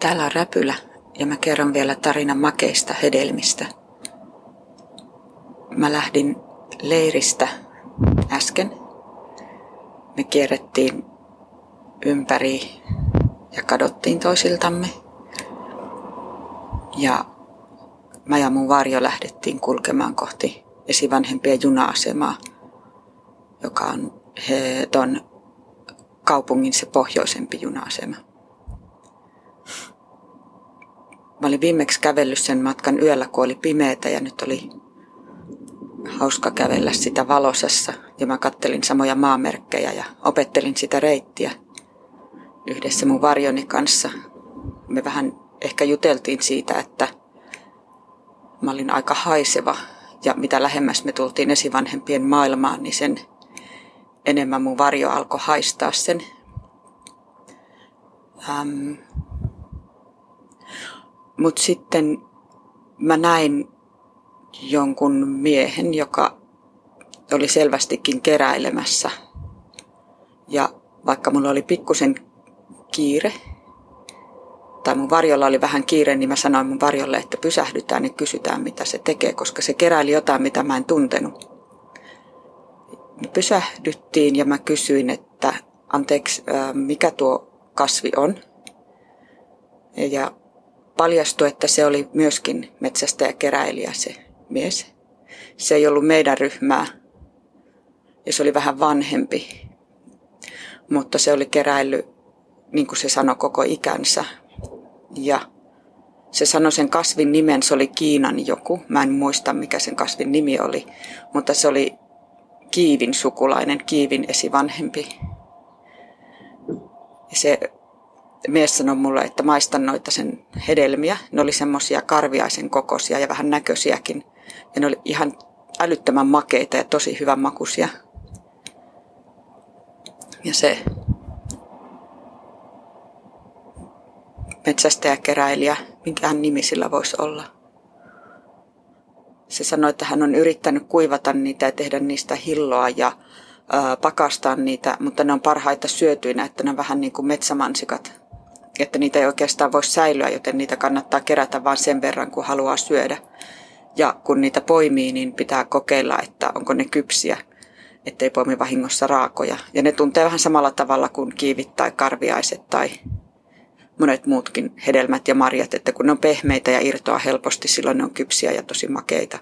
Täällä on Räpylä ja mä kerron vielä tarinan makeista hedelmistä. Mä lähdin leiristä äsken. Me kierrettiin ympäri ja kadottiin toisiltamme. Ja mä ja mun varjo lähdettiin kulkemaan kohti esivanhempien juna-asemaa, joka on ton kaupungin se pohjoisempi juna-asema. Mä olin viimeksi kävellyt sen matkan yöllä, kun oli pimeätä ja nyt oli hauska kävellä sitä valosassa. Ja mä kattelin samoja maamerkkejä ja opettelin sitä reittiä yhdessä mun varjoni kanssa. Me vähän ehkä juteltiin siitä, että mä olin aika haiseva ja mitä lähemmäs me tultiin esivanhempien maailmaan, niin sen enemmän mun varjo alkoi haistaa sen. Mutta sitten mä näin jonkun miehen, joka oli selvästikin keräilemässä. Ja vaikka mulla oli pikkusen kiire, tai mun varjolla oli vähän kiire, niin mä sanoin mun varjolle, että pysähdytään ja kysytään, mitä se tekee, koska se keräili jotain, mitä mä en tuntenut. Me pysähdyttiin ja mä kysyin, että anteeksi, mikä tuo kasvi on? Ja paljastui, että se oli myöskin metsästäjäkeräilijä se mies. Se ei ollut meidän ryhmää ja se oli vähän vanhempi, mutta se oli keräillyt, niin kuin se sanoi, koko ikänsä. Ja se sanoi sen kasvin nimen, se oli Kiinan joku. Mä en muista, mikä sen kasvin nimi oli, mutta se oli kiivin sukulainen, kiivin esivanhempi. Ja se mies sanoi mulle, että maistan noita sen hedelmiä. Ne oli semmoisia karviaisen kokoisia ja vähän näköisiäkin. Ja ne oli ihan älyttömän makeita ja tosi hyvän makuisia. Ja se metsästäjäkeräilijä, minkähän nimi sillä voisi olla. Se sanoi, että hän on yrittänyt kuivata niitä ja tehdä niistä hilloa ja pakastaa niitä, mutta ne on parhaita syötyinä, että ne on vähän niin kuin metsämansikat. Että niitä ei oikeastaan voi säilyä, joten niitä kannattaa kerätä vain sen verran, kun haluaa syödä. Ja kun niitä poimii, niin pitää kokeilla, että onko ne kypsiä, ettei poimi vahingossa raakoja. Ja ne tuntee vähän samalla tavalla kuin kiivit tai karviaiset tai monet muutkin hedelmät ja marjat, että kun ne on pehmeitä ja irtoaa helposti, silloin ne on kypsiä ja tosi makeita.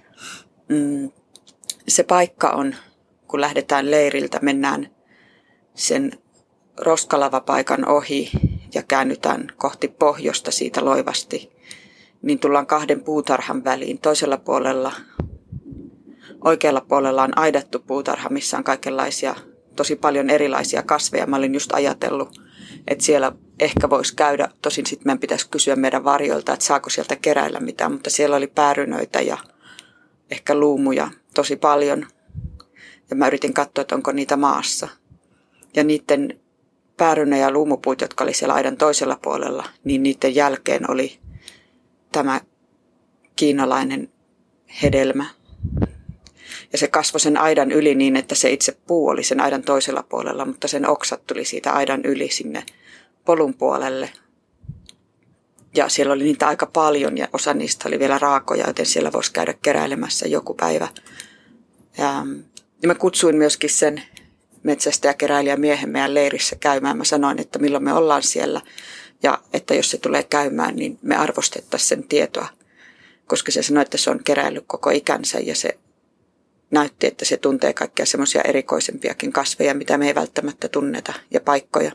Se paikka on, kun lähdetään leiriltä, mennään sen roskalavapaikan ohi ja käännytään kohti pohjoista siitä loivasti, niin tullaan 2 puutarhan väliin. Toisella puolella, oikealla puolella on aidattu puutarha, missä on kaikenlaisia, tosi paljon erilaisia kasveja. Mä olin just ajatellut, että siellä ehkä voisi käydä, tosin sitten meidän pitäisi kysyä meidän varjoilta, että saako sieltä keräillä mitään, mutta siellä oli päärynöitä ja ehkä luumuja tosi paljon. Ja mä yritin katsoa, että onko niitä maassa. Ja niiden päärynä ja luumupuut, jotka oli siellä aidan toisella puolella, niin niiden jälkeen oli tämä kiinalainen hedelmä. Ja se kasvoi sen aidan yli niin, että se itse puu oli sen aidan toisella puolella, mutta sen oksat tuli siitä aidan yli sinne polun puolelle. Ja siellä oli niitä aika paljon ja osa niistä oli vielä raakoja, joten siellä voisi käydä keräilemässä joku päivä. Ja mä kutsuin myöskin sen metsästäjäkeräilijä miehen meidän leirissä käymään. Mä sanoin, että milloin me ollaan siellä ja että jos se tulee käymään, niin me arvostettaisiin sen tietoa. Koska se sanoi, että se on keräillyt koko ikänsä ja se näytti, että se tuntee kaikkia semmoisia erikoisempiakin kasveja, mitä me ei välttämättä tunneta ja paikkoja.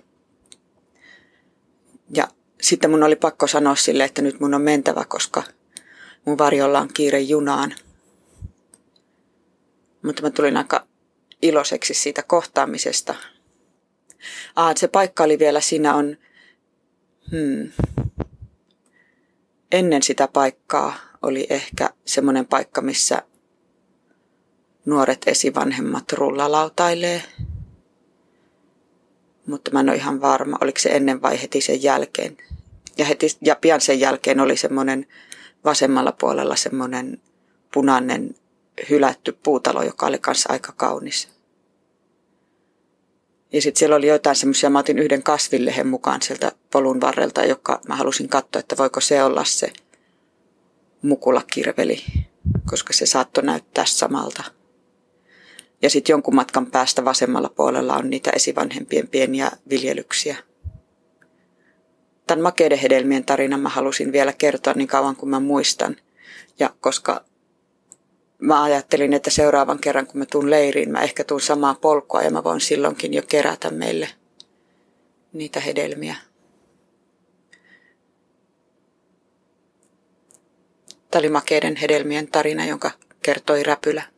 Ja sitten mun oli pakko sanoa sille, että nyt mun on mentävä, koska mun varjolla on kiire junaan. Mutta mä tulin aika iloiseksi siitä kohtaamisesta. Se paikka oli vielä, siinä on, ennen sitä paikkaa oli ehkä semmoinen paikka, missä nuoret esivanhemmat rullalautailee. Mutta mä en ole ihan varma, oliko se ennen vai heti sen jälkeen. Ja pian sen jälkeen oli semmoinen vasemmalla puolella semmoinen punainen hylätty puutalo, joka oli kanssa aika kaunis. Ja sitten siellä oli jotain semmoisia, mä otin yhden kasvillehen mukaan sieltä polun varrelta, joka mä halusin katsoa, että voiko se olla se mukulakirveli, koska se saattoi näyttää samalta. Ja sitten jonkun matkan päästä vasemmalla puolella on niitä esivanhempien pieniä viljelyksiä. Tämän makeiden hedelmien tarinan mä halusin vielä kertoa niin kauan kuin mä muistan. Ja koska mä ajattelin, että seuraavan kerran kun mä tuun leiriin, mä ehkä tuun samaa polkua ja mä voin silloinkin jo kerätä meille niitä hedelmiä. Tämä oli makeiden hedelmien tarina, jonka kertoi Räpylä.